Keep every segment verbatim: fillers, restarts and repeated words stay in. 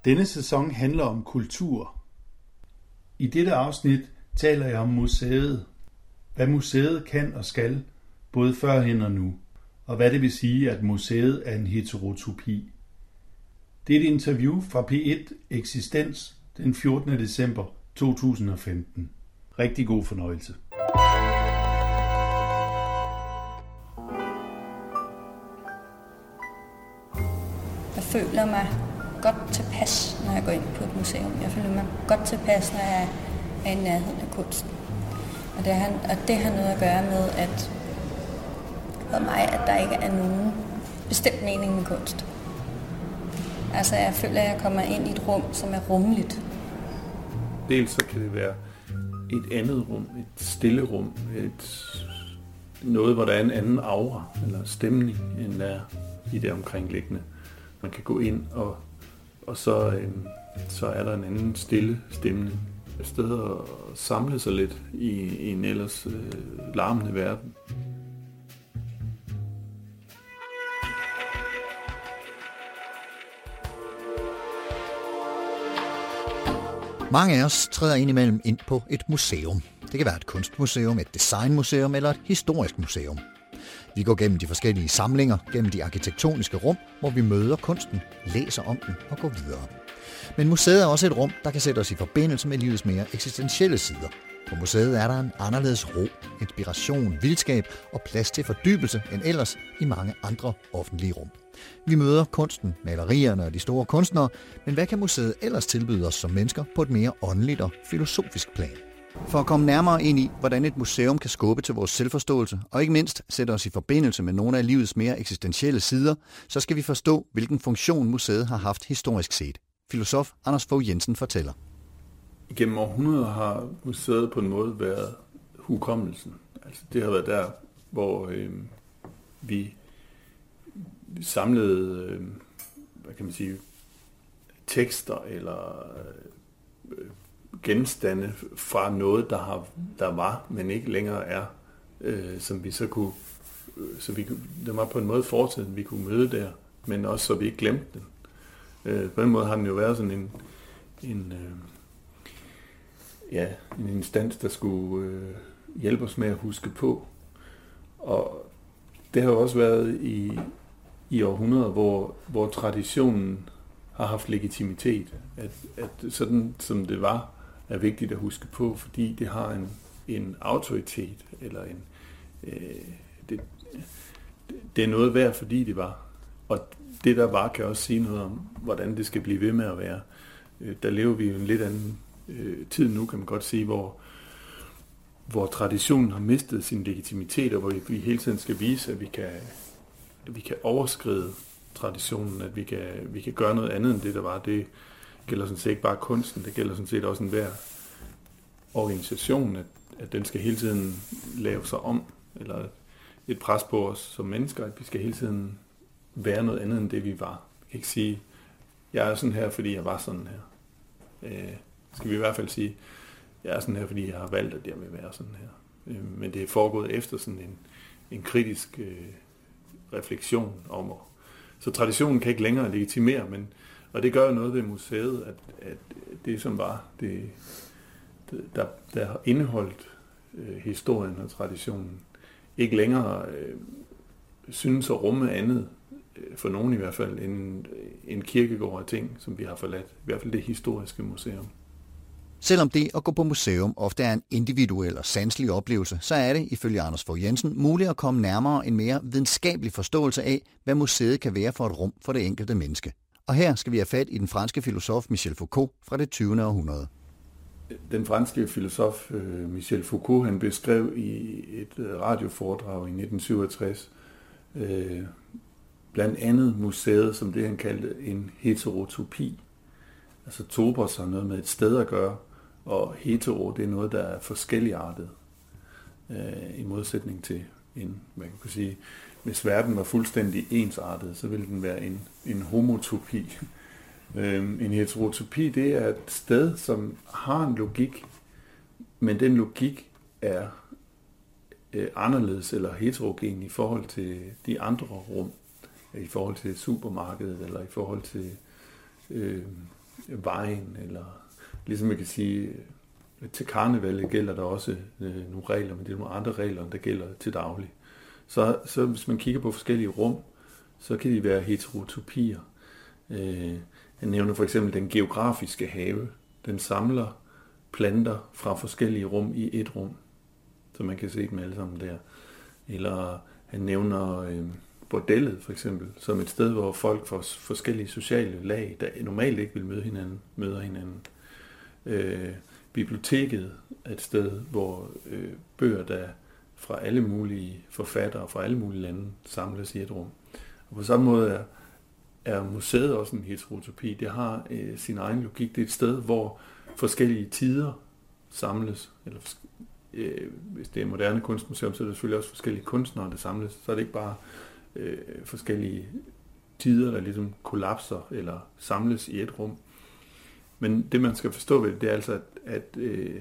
Denne sæson handler om kultur. I dette afsnit taler jeg om museet. Hvad museet kan og skal, både førhen og nu. Og hvad det vil sige, at museet er en heterotopi. Det er et interview fra P et Eksistens den fjortende december to tusind og femten. Rigtig god fornøjelse. Jeg føler mig godt tilpas, når jeg går ind på et museum. Jeg føler mig godt tilpas, når jeg er i nærheden af kunsten. Og det, har, og det har noget at gøre med, at for mig, at der ikke er nogen bestemt mening med kunst. Altså, jeg føler, at jeg kommer ind i et rum, som er rummeligt. Dels så kan det være et andet rum, et stille rum, et, noget, hvor der er en anden aura eller stemning, end der er i det omkringliggende. Man kan gå ind, og, og så, øhm, så er der en anden stille stemning. Et sted at samle sig lidt i, i en ellers øh, larmende verden. Mange af os træder indimellem ind på et museum. Det kan være et kunstmuseum, et designmuseum eller et historisk museum. Vi går gennem de forskellige samlinger, gennem de arkitektoniske rum, hvor vi møder kunsten, læser om den og går videre. Men museet er også et rum, der kan sætte os i forbindelse med livets mere eksistentielle sider. På museet er der en anderledes ro, inspiration, vildskab og plads til fordybelse end ellers i mange andre offentlige rum. Vi møder kunsten, malerierne og de store kunstnere, men hvad kan museet ellers tilbyde os som mennesker på et mere åndeligt og filosofisk plan? For at komme nærmere ind i, hvordan et museum kan skubbe til vores selvforståelse, og ikke mindst sætte os i forbindelse med nogle af livets mere eksistentielle sider, så skal vi forstå, hvilken funktion museet har haft historisk set. Filosof Anders Fogh Jensen fortæller. Gennem århundreder har museet på en måde været hukommelsen. Altså det har været der, hvor øh, vi samlede, øh, hvad kan man sige, tekster eller øh, genstande fra noget, der har der var, men ikke længere er, øh, som vi så kunne, øh, så vi det var på en måde fortiden, vi kunne møde der, men også så vi ikke glemte den. Øh, på den måde har den jo været sådan en en øh, ja, en instans, der skulle øh, hjælpe os med at huske på. Og det har jo også været i, i århundreder, hvor, hvor traditionen har haft legitimitet. At, at sådan som det var, er vigtigt at huske på, fordi det har en, en autoritet, eller en, øh, det, det er noget værd, fordi det var. Og det der var, kan også sige noget om, hvordan det skal blive ved med at være. Øh, der lever vi jo en lidt anden øh, tid nu, kan man godt sige, hvor, hvor traditionen har mistet sin legitimitet, og hvor vi hele tiden skal vise, at vi kan, at vi kan overskride traditionen, at vi kan, vi kan gøre noget andet end det, der var. Det gælder sådan set ikke bare kunsten, det gælder sådan set også enhver organisation, at, at den skal hele tiden lave sig om, eller et pres på os som mennesker, at vi skal hele tiden være noget andet end det, vi var. Vi kan ikke sige, jeg er sådan her, fordi jeg var sådan her. Øh, skal vi i hvert fald sige, jeg er sådan her, fordi jeg har valgt, at jeg vil være sådan her. Øh, men det er foregået efter sådan en, en kritisk øh, refleksion om at så traditionen kan ikke længere legitimere, men, og det gør jo noget ved museet, at, at det som var, det, der, der har indeholdt øh, historien og traditionen, ikke længere øh, synes at rumme andet, øh, for nogen i hvert fald, end en kirkegård af ting, som vi har forladt. I hvert fald det historiske museum. Selvom det at gå på museum ofte er en individuel og sanselig oplevelse, så er det, ifølge Anders Fogh Jensen, muligt at komme nærmere en mere videnskabelig forståelse af, hvad museet kan være for et rum for det enkelte menneske. Og her skal vi have fat i den franske filosof Michel Foucault fra det tyvende århundrede. Den franske filosof Michel Foucault, han beskrev i et radioforedrag i nitten syvogtres øh, blandt andet museet som det, han kaldte en heterotopi. Altså topos har noget med et sted at gøre, og hetero, det er noget, der er forskelligartet. Øh, I modsætning til en, man kan sige, hvis verden var fuldstændig ensartet, så ville den være en, en homotopi. Øh, en heterotopi, det er et sted, som har en logik, men den logik er øh, anderledes eller heterogen i forhold til de andre rum, i forhold til supermarkedet, eller i forhold til øh, vejen, eller ligesom man kan sige, til karnevalet gælder der også øh, nogle regler, men det er nogle andre regler, der gælder til daglig. Så, så hvis man kigger på forskellige rum, så kan de være heterotopier. Øh, jeg nævner for eksempel den geografiske have. Den samler planter fra forskellige rum i et rum, så man kan se dem alle sammen der. Eller han nævner øh, bordellet for eksempel, som et sted, hvor folk fra forskellige sociale lag, der normalt ikke vil møde hinanden, møder hinanden. Øh, biblioteket er et sted, hvor øh, bøger, der fra alle mulige forfattere fra alle mulige lande samles i et rum. Og på samme måde er, er museet også en heterotopi. Det har øh, sin egen logik. Det er et sted, hvor forskellige tider samles. Eller, øh, hvis det er moderne kunstmuseum, så er det selvfølgelig også forskellige kunstnere, der samles. Så er det ikke bare øh, forskellige tider, der ligesom kollapser eller samles i et rum. Men det, man skal forstå ved det, det er altså, at, at, øh,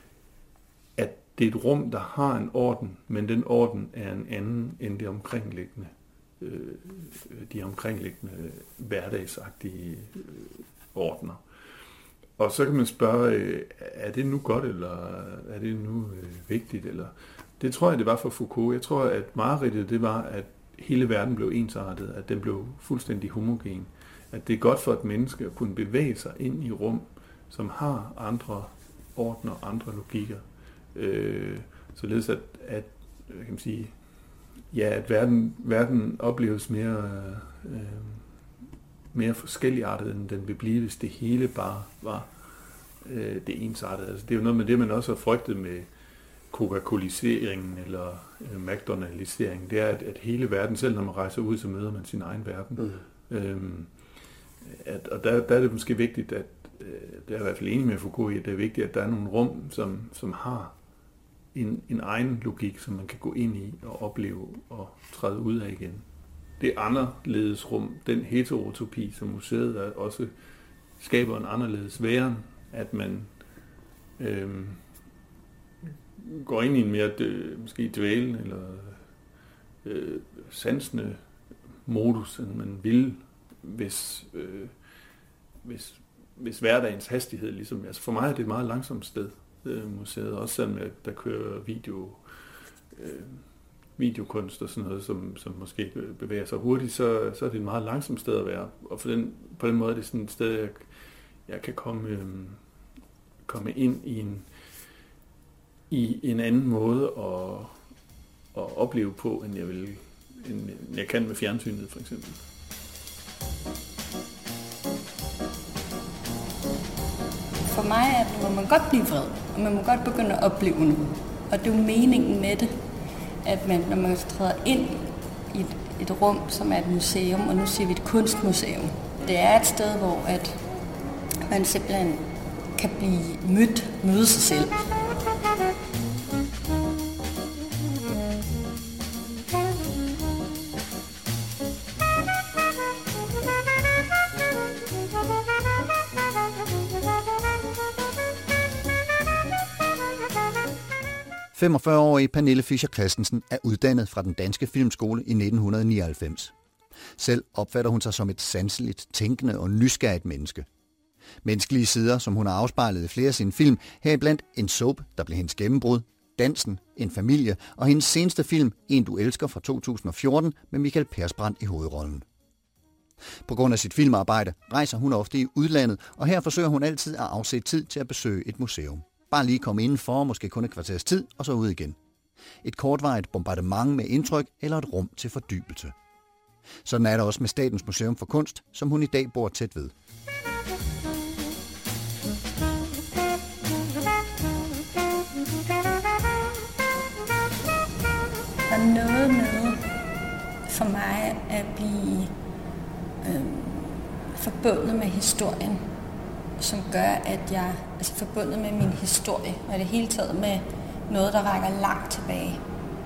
at det er et rum, der har en orden, men den orden er en anden end det omkringliggende, øh, de omkringliggende hverdagsagtige øh, ordener. Og så kan man spørge, øh, er det nu godt, eller er det nu øh, vigtigt? Eller det tror jeg, det var for Foucault. Jeg tror, at mareridtet, det var, at hele verden blev ensartet, at den blev fuldstændig homogen. At det er godt for et menneske at kunne bevæge sig ind i rum, som har andre ordner, andre logikker. Øh, således at, at, kan man sige, ja, at verden, verden opleves mere, øh, mere forskelligartet, end den vil blive, hvis det hele bare var øh, det ensartede. Altså, det er jo noget med det, man også har frygtet med Coca-Coliseringen eller øh, McDonald'iseringen. Det er, at, at hele verden, selv når man rejser ud, så møder man sin egen verden. Mm. Øhm, at, og der, der er det måske vigtigt, at øh, det er i hvert fald enig med Foucault i, at det er vigtigt, at der er nogle rum, som, som har en, en egen logik, som man kan gå ind i og opleve og træde ud af igen. Det anderledes rum, den heterotopi, som museet der også skaber en anderledes væren, at man øh, går ind i en mere dø, måske dvælen eller øh, sansende modus, end man ville, hvis, øh, hvis, hvis hverdagens hastighed ligesom, altså for mig er det et meget langsomt sted, øh, museet, også selvom der kører video, øh, videokunst og sådan noget, som, som måske bevæger sig hurtigt, så, så er det et meget langsomt sted at være, og for den, på den måde er det sådan et sted, jeg, jeg kan komme, øh, komme ind i en, i en anden måde at, at opleve på, end jeg, vil, end jeg kan med fjernsynet for eksempel. For mig er det, må man godt blive vred, og man må godt begynde at opleve noget. Og det er jo meningen med det, at man, når man træder ind i et, et rum, som er et museum, og nu siger vi et kunstmuseum, det er et sted, hvor at man simpelthen kan blive mødt, møde sig selv. femogfyrre-årige Pernille Fischer Christensen er uddannet fra den danske filmskole i nitten nioghalvfems. Selv opfatter hun sig som et sanseligt, tænkende og nysgerrigt menneske. Menneskelige sider, som hun har afspejlet i flere af sine film, heriblandt En soap, der blev hendes gennembrud, Dansen, En familie og hendes seneste film En du elsker fra to tusind og fjorten med Michael Persbrandt i hovedrollen. På grund af sit filmarbejde rejser hun ofte i udlandet, og her forsøger hun altid at afsætte tid til at besøge et museum. Bare lige komme indenfor, måske kun et kvarters tid, og så ud igen. Et kortvarigt bombardement med indtryk eller et rum til fordybelse. Sådan er det også med Statens Museum for Kunst, som hun i dag bor tæt ved. Der er noget med for mig at blive øh, forbundet med historien, som gør, at jeg er altså forbundet med min historie, og i det hele taget med noget, der rækker langt tilbage.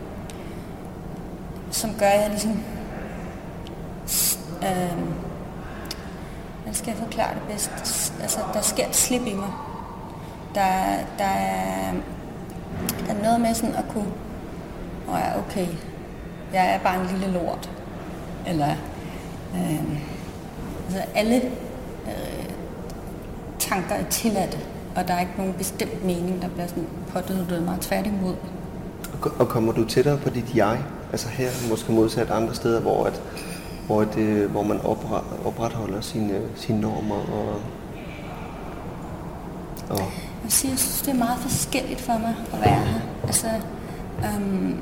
Som gør, at jeg ligesom... Øh, hvordan skal jeg forklare det bedst? Altså, der sker et slip i mig. Der, der, er, der er noget med sådan at kunne... Åh ja, okay, jeg er bare en lille lort. Eller... Øh, altså alle... Øh, tanker er tilladte, og der er ikke nogen bestemt mening, der bliver sådan pådødet mig tværtimod. Og kommer du tættere på dit jeg? Altså her, måske modsat andre steder, hvor, at, hvor, det, hvor man opret, opretholder sine, sine normer og... og jeg synes, det er meget forskelligt for mig at være her. Altså, øhm,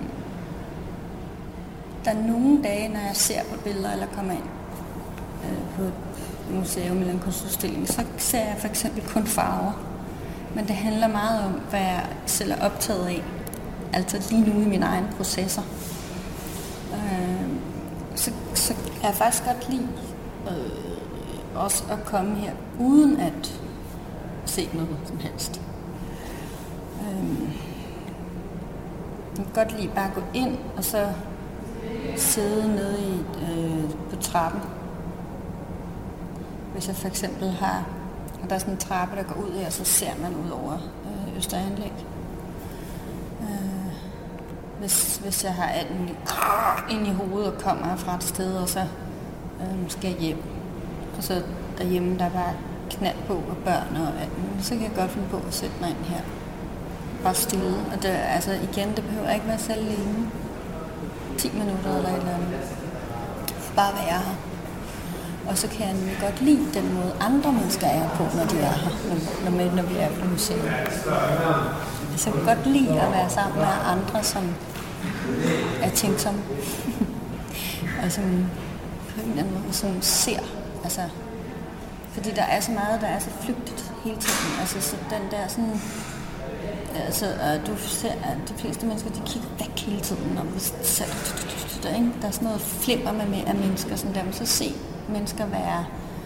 der er nogle dage, når jeg ser på billeder eller kommer ind øh, på et museum eller en kunstudstilling, så ser jeg for eksempel kun farver. Men det handler meget om, hvad jeg selv er optaget af. Altså lige nu i mine egne processer. Øh, så, så er jeg faktisk godt lide øh, også at komme her, uden at se noget som helst. Øh, jeg kan godt lide bare at gå ind, og så sidde nede i, øh, på trappen. Hvis jeg for eksempel har, og der er sådan en trappe, der går ud her, så ser man ud over øh, Østeranlæg. Øh, hvis, hvis jeg har alt muligt ind i hovedet og kommer fra et sted, og så øh, skal jeg hjem. Og så derhjemme, der er bare knald på og børn og alt muligt, så kan jeg godt finde på at sætte mig ind her. Bare stille. Og det, altså igen, det behøver ikke være så længe. ti minutter eller et eller andet. Bare være her. Og så kan jeg nemlig godt lide den måde, andre mennesker er på, når de er her, når, når, når vi er på museet. Så jeg kan godt lide at være sammen med andre, som er tænksomme. Og som på en eller anden måde som ser. Altså, fordi der er så meget, der er så flygtigt hele tiden. Altså, så den der sådan... Altså, du ser, at de fleste mennesker, de kigger væk hele tiden. Og så, der, ikke? Der er sådan noget flimmer med, med af mennesker, sådan der, men så se mennesker være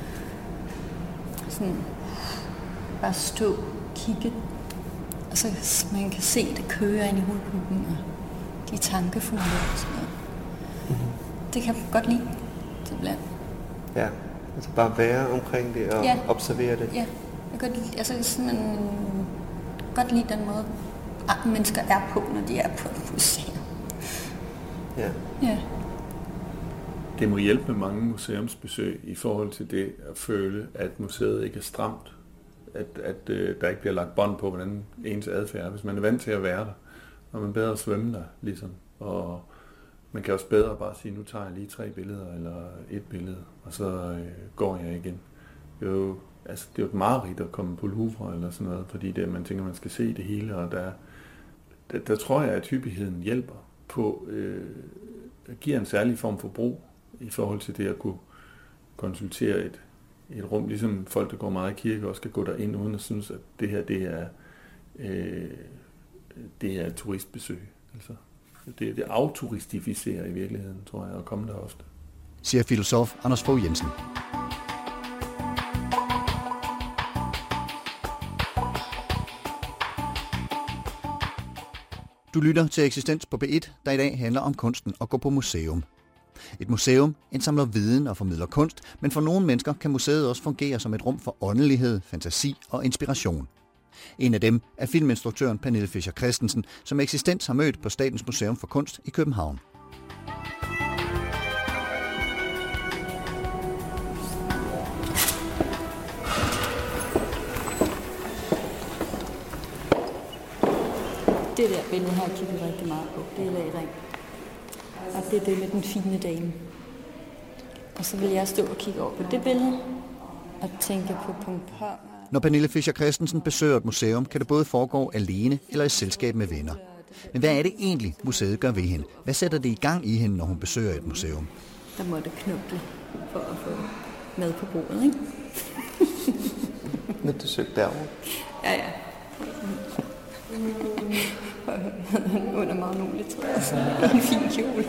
sådan, bare stå, kigge, og så man kan se det køre ind i hovedpuppen, og de er tankefulde og sådan noget. Mm-hmm. Det kan jeg godt lide, simpelthen. Ja, altså bare være omkring det og ja. Observere det. Ja, jeg kan godt lide, altså sådan en, godt lide den måde, at mennesker er på, når de er på et museum. Ja. Ja. Det må hjælpe med mange museumsbesøg i forhold til det at føle, at museet ikke er stramt. At, at øh, der ikke bliver lagt bånd på, hvordan ens adfærd er. Hvis man er vant til at være der, og man bedre at svømme der, ligesom. Og man kan også bedre bare sige, nu tager jeg lige tre billeder, eller et billede, og så øh, går jeg igen. Det er jo, altså, det er jo et mareridt at komme på Louvre, eller sådan noget, fordi det, man tænker, man skal se det hele, og der, der, der tror jeg, at hyppigheden hjælper på, øh, giver en særlig form for brug, i forhold til det at kunne konsultere et, et rum, ligesom folk, der går meget i kirke, også skal gå derind, uden at synes, at det her, det er, øh, det er et turistbesøg. Altså, det, det afturistificerer i virkeligheden, tror jeg, at komme der ofte. Siger filosof Anders Fogh Jensen. Du lytter til Eksistens på P et, der i dag handler om kunsten at gå på museum. Et museum indsamler viden og formidler kunst, men for nogle mennesker kan museet også fungere som et rum for åndelighed, fantasi og inspiration. En af dem er filminstruktøren Pernille Fischer Christensen, som Eksistens har mødt på Statens Museum for Kunst i København. Det der billede har jeg kigget rigtig meget på. Det er Lag Ring. Og det er det med den fine dame. Og så vil jeg stå og kigge over på det billede og tænke på Pompom. Når Pernille Fischer Christensen besøger et museum, kan det både foregå alene eller i selskab med venner. Men hvad er det egentlig, museet gør ved hende? Hvad sætter det i gang i hende, når hun besøger et museum? Der måtte knokle for at få mad på bordet, ikke? Men du søgte derovre? Ja, ja. Under magnolie, tror jeg. En fin kjole.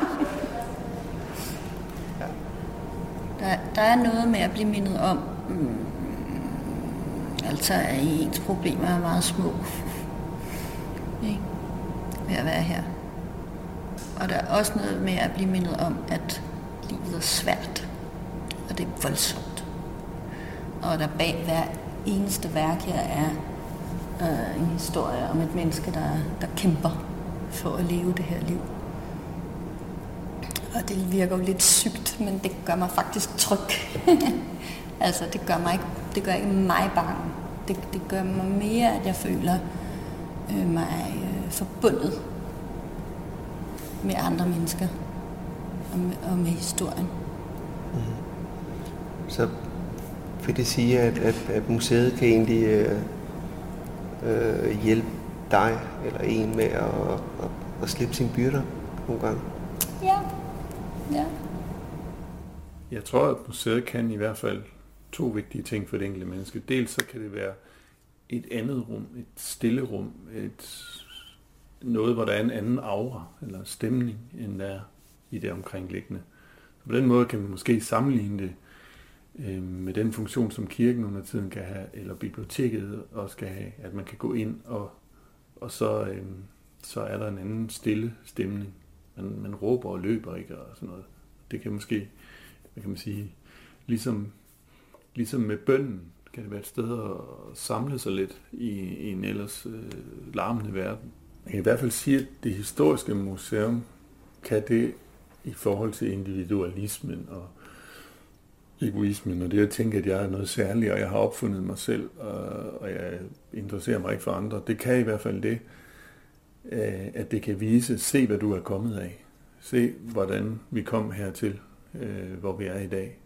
Der, der er noget med at blive mindet om, mm, altså at ens problemer er meget små. Ikke? Ved at være her. Og der er også noget med at blive mindet om, at livet er svært. Og det er voldsomt. Og der bag hver eneste værk her er Uh, en historie om et menneske, der, der kæmper for at leve det her liv. Og det virker jo lidt sygt, men det gør mig faktisk tryg. Altså, det gør mig ikke det gør ikke mig bange. Det, det gør mig mere, at jeg føler øh, mig øh, forbundet med andre mennesker og med, og med historien. Mm. Så vil det sige, at, at, at museet kan egentlig øh, øh, hjælpe dig eller en med at, at, at slippe sine byrder nogle gange? Ja, ja. Jeg tror, at museet kan i hvert fald to vigtige ting for det enkelte menneske. Dels så kan det være et andet rum, et stille rum, et, noget, hvor der er en anden aura eller stemning, end der er i det omkringliggende. Så på den måde kan man måske sammenligne det øh, med den funktion, som kirken under tiden kan have, eller biblioteket også kan have, at man kan gå ind, og, og så, øh, så er der en anden stille stemning. Man, man råber og løber ikke og sådan noget. Det kan måske, hvad kan man sige, ligesom, ligesom med bønnen, kan det være et sted at samle sig lidt i, i en ellers øh, larmende verden. Jeg kan i hvert fald sige, at det historiske museum kan det i forhold til individualismen og egoismen, og det at tænke, at jeg er noget særligt, og jeg har opfundet mig selv, og, og jeg interesserer mig ikke for andre. Det kan i hvert fald det, at det kan vise, se hvad du er kommet af. Se, hvordan vi kom hertil, hvor vi er i dag.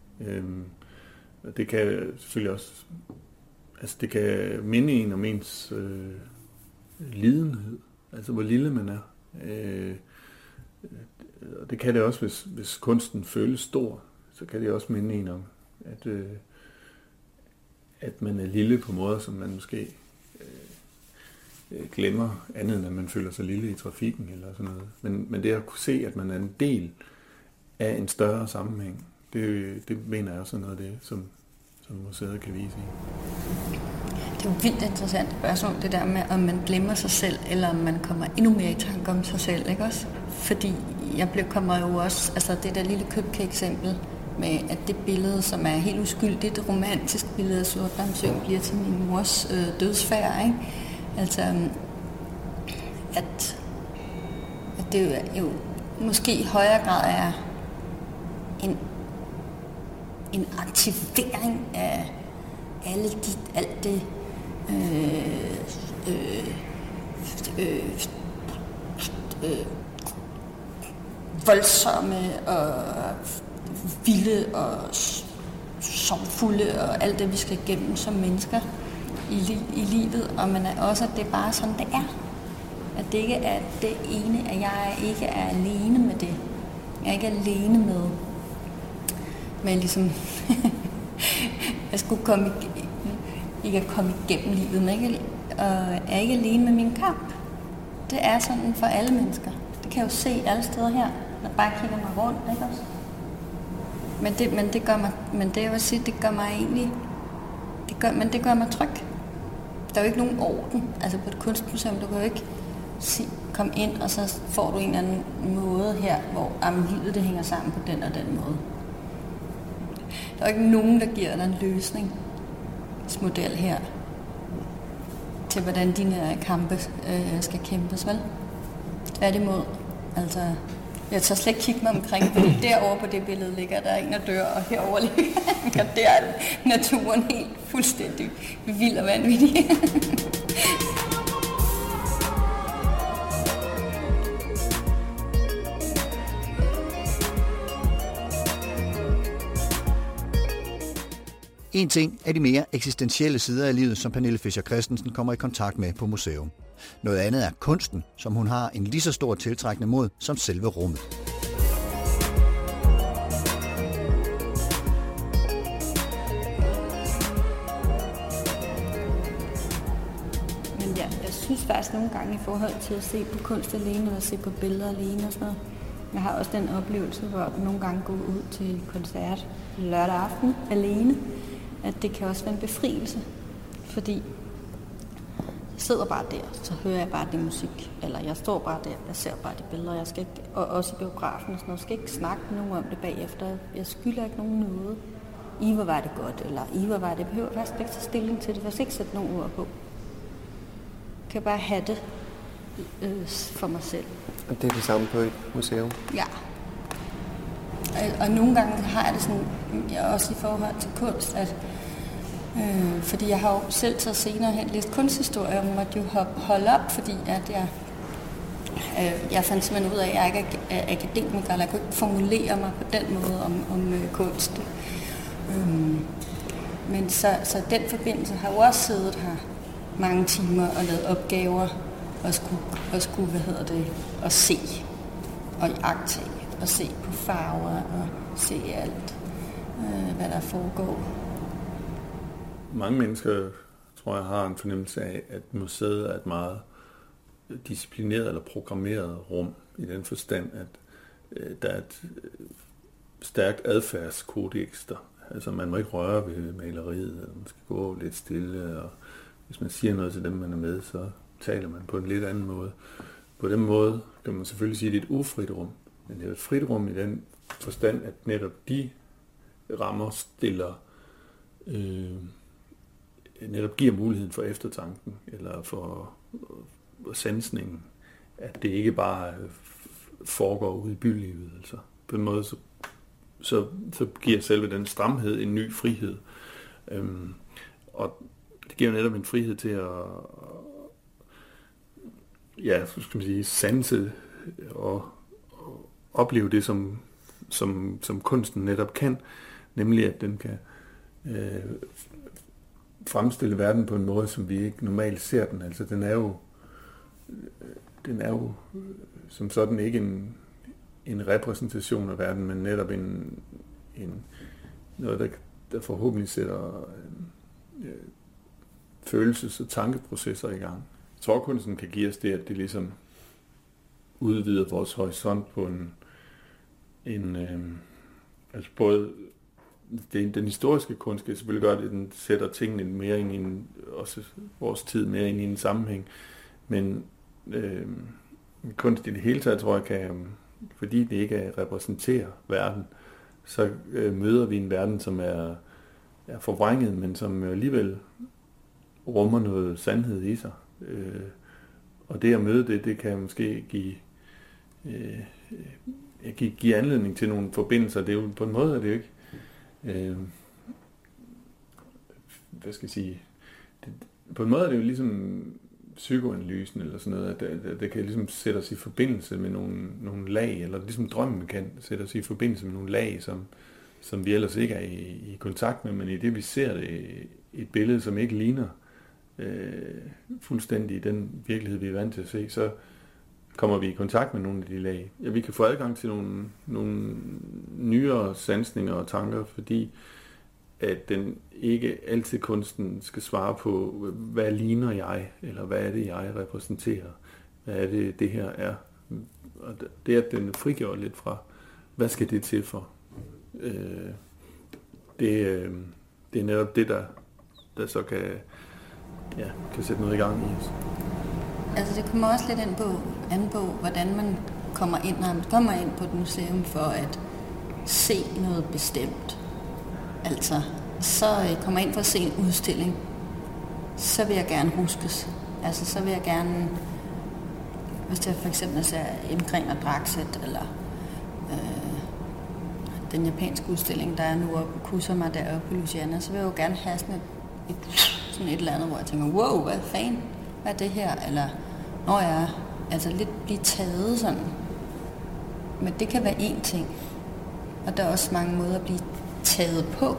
Det kan selvfølgelig også, altså det kan minde en om ens øh, lidenhed, altså hvor lille man er. Øh, og det kan det også, hvis, hvis kunsten føles stor, så kan det også minde en om, at, øh, at man er lille på måder, som man måske øh, glemmer, andet end at man føler sig lille i trafikken eller sådan noget. Men, men det at kunne se, at man er en del af en større sammenhæng, det, det mener jeg også er noget af det, som, som museet kan vise i. Det er jo vildt interessant spørgsmål, det der med, om man glemmer sig selv, eller om man kommer endnu mere i tanke om sig selv, ikke også? Fordi jeg blev, kommer jo også, altså det der lille Købke-eksempel med, at det billede, som er helt uskyldigt, et romantisk billede af Sortedamsøen, bliver til min mors øh, dødsfærd, ikke? Altså, at, at det jo, jo måske i højere grad er en, en aktivering af alle de, alt det øh, øh, øh, øh, voldsomme og vilde og sorgfulde og alt det, vi skal igennem som mennesker i, li- i livet, og man er også, at det er bare sådan, det er. At det ikke er det ene, at jeg ikke er alene med det. Jeg er ikke alene med, med ligesom, jeg skulle komme ikke at komme igennem livet, men ikke, og er ikke alene med min kamp. Det er sådan for alle mennesker. Det kan jeg jo se alle steder her, når jeg bare kigger mig rundt, ikke også? Men det, men det gør mig, men det jeg vil sige, det gør mig egentlig, det gør, men det gør mig tryg. Der er jo ikke nogen orden, altså på et kunstmuseum, du kan jo ikke sige, kom ind, og så får du en eller anden måde her, hvor jamen, livet det hænger sammen på den og den måde. Der er ikke nogen, der giver dig en løsningsmodel her til, hvordan dine kampe øh, skal kæmpes, vel? Tværtimod, altså, jeg tager slet ikke kigge mig omkring, fordi derovre på det billede ligger der en, der dør, og herover ligger og der er naturen helt fuldstændig vild og vanvittig. En ting er de mere eksistentielle sider af livet, som Pernille Fischer Christensen kommer i kontakt med på museum. Noget andet er kunsten, som hun har en lige så stor tiltrækkende mod som selve rummet. Men ja, jeg synes faktisk nogle gange i forhold til at se på kunst alene, eller se på billeder alene og sådan noget. Jeg har også den oplevelse, hvor jeg nogle gange går ud til koncert lørdag aften alene, at det kan også være en befrielse, fordi jeg sidder bare der, så hører jeg bare det musik, eller jeg står bare der, jeg ser bare de billeder, jeg skal ikke, og også i biografen og sådan noget, jeg skal ikke snakke med nogen om det bagefter, jeg skylder ikke nogen noget. I, hvor var det godt, eller I, hvor var det, jeg behøver faktisk ikke tage stilling til det, jeg skal ikke sætte nogen ord på. Jeg kan bare have det øh, for mig selv. Og det er det samme på et museum? Ja. Og, og nogle gange har jeg det sådan, jeg også i forhold til kunst, at Øh, fordi jeg har jo selv så senere hen læst kunsthistorie, og måtte jo holde op, fordi at jeg, øh, jeg fandt simpelthen ud af, at jeg ikke er akademiker, eller jeg kunne ikke formulere mig på den måde om, om øh, kunst. Øh, men så, så den forbindelse har jeg jo også siddet her mange timer og lavet opgaver, og skulle, og skulle hvad hedder det, og se, og iagttage, og se på farver, og se alt, øh, hvad der foregår. Mange mennesker, tror jeg, har en fornemmelse af, at museet er et meget disciplineret eller programmeret rum, i den forstand, at øh, der er et øh, stærkt adfærdskodex der. Altså man må ikke røre ved maleriet, eller man skal gå lidt stille, og hvis man siger noget til dem, man er med, så taler man på en lidt anden måde. På den måde kan man selvfølgelig sige, at det er et ufrit rum, men det er et frit rum i den forstand, at netop de rammer stiller, øh, netop giver muligheden for eftertanken, eller for øh, sansningen, at det ikke bare foregår ude i bylivet. Altså. På en måde, så, så, så giver selve den stramhed en ny frihed. Øhm, og det giver netop en frihed til at ja, så skal man sige, sanse og, og opleve det, som, som, som kunsten netop kan, nemlig at den kan øh, fremstille verden på en måde, som vi ikke normalt ser den. Altså den er jo, den er jo som sådan ikke en, en repræsentation af verden, men netop en, en noget, der, der forhåbentlig sætter øh, følelses- og tankeprocesser i gang. Jeg tror, kunsten kan give os det, at det ligesom udvider vores horisont på en, en øh, altså både det, den historiske kunst kan selvfølgelig gøre det, den sætter tingene mere ind i en, også vores tid mere ind i en sammenhæng, men øh, kunst i det hele taget, tror jeg, kan, fordi det ikke repræsenterer verden, så øh, møder vi en verden, som er, er forvrænget, men som alligevel rummer noget sandhed i sig. Øh, og det at møde det, det kan måske give, øh, give, give anledning til nogle forbindelser. Det er jo på en måde, er det jo ikke øh, hvad skal jeg sige, det, på en måde er det jo ligesom psykoanalysen eller sådan noget, at det, det kan ligesom sætte os i forbindelse med nogle, nogle lag, eller ligesom drømmen kan sætte os i forbindelse med nogle lag, som, som vi ellers ikke er i, i kontakt med, men i det vi ser det et billede, som ikke ligner øh, fuldstændig den virkelighed, vi er vant til at se, så kommer vi i kontakt med nogle af de lag. Ja, vi kan få adgang til nogle, nogle nyere sansninger og tanker, fordi at den ikke altid kunsten skal svare på, hvad ligner jeg, eller hvad er det, jeg repræsenterer, hvad er det, det her er. Og det er, at den er frigjort lidt fra, hvad skal det til for? Øh, det, øh, det er netop det, der, der så kan, ja, kan sætte noget i gang i os. Altså det kommer også lidt an på, an på, hvordan man kommer ind, når man kommer ind på et museum for at se noget bestemt. Altså, så kommer jeg ind for at se en udstilling, så vil jeg gerne huskes. Altså, så vil jeg gerne, hvis jeg for eksempel ser Imkring og Drakset, eller øh, den japanske udstilling, der er nu oppe på Kusama deroppe på Louisiana, så vil jeg jo gerne have sådan et, et, sådan et eller andet, hvor jeg tænker, wow, hvad fanden, hvad er det her? Eller, når jeg altså lidt blive taget sådan. Men det kan være én ting. Og der er også mange måder at blive taget på.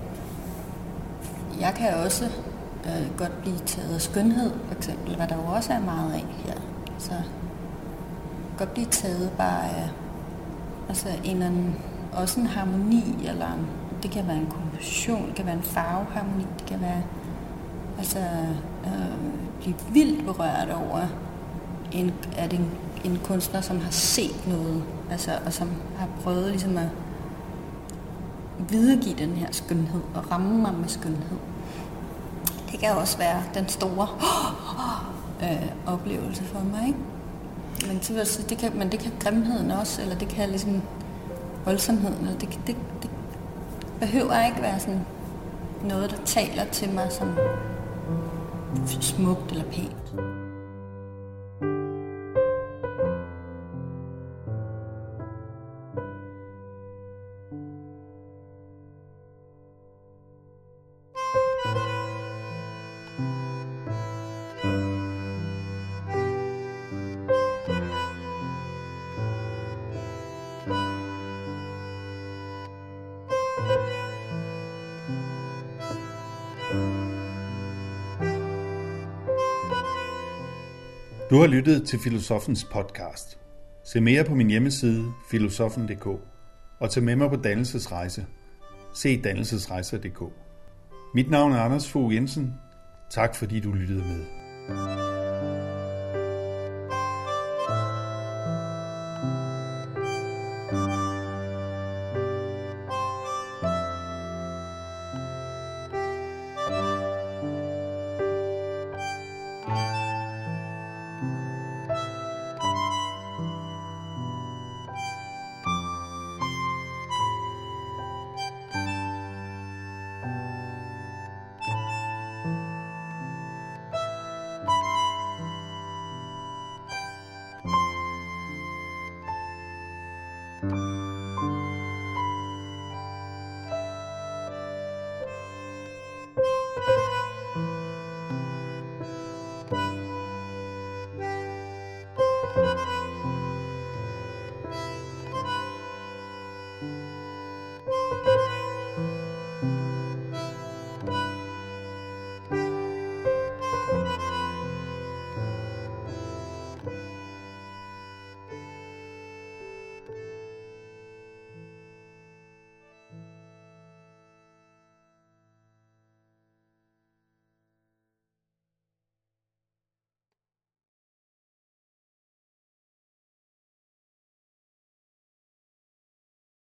Jeg kan også øh, godt blive taget af skønhed, for eksempel, hvad der jo også er meget af her. Så godt blive taget bare af altså en eller anden, også en harmoni, eller en, det kan være en komposition, det kan være en farveharmoni, det kan være altså øh, blive vildt berørt over en, at en, en kunstner, som har set noget, altså, og som har prøvet ligesom at videregive den her skønhed og ramme mig med skønhed. Det kan også være den store øh, oplevelse for mig, ikke? Men det, det kan, men det kan grimheden også, eller det kan ligesom voldsomheden, eller det, det, det behøver ikke være sådan noget, der taler til mig som smukt eller pænt. Thank you. Du har lyttet til Filosofens podcast. Se mere på min hjemmeside filosofen punktum d k og tag med mig på dannelsesrejse. Se dannelsesrejser punktum d k. Mit navn er Anders Fogh Jensen. Tak fordi du lyttede med.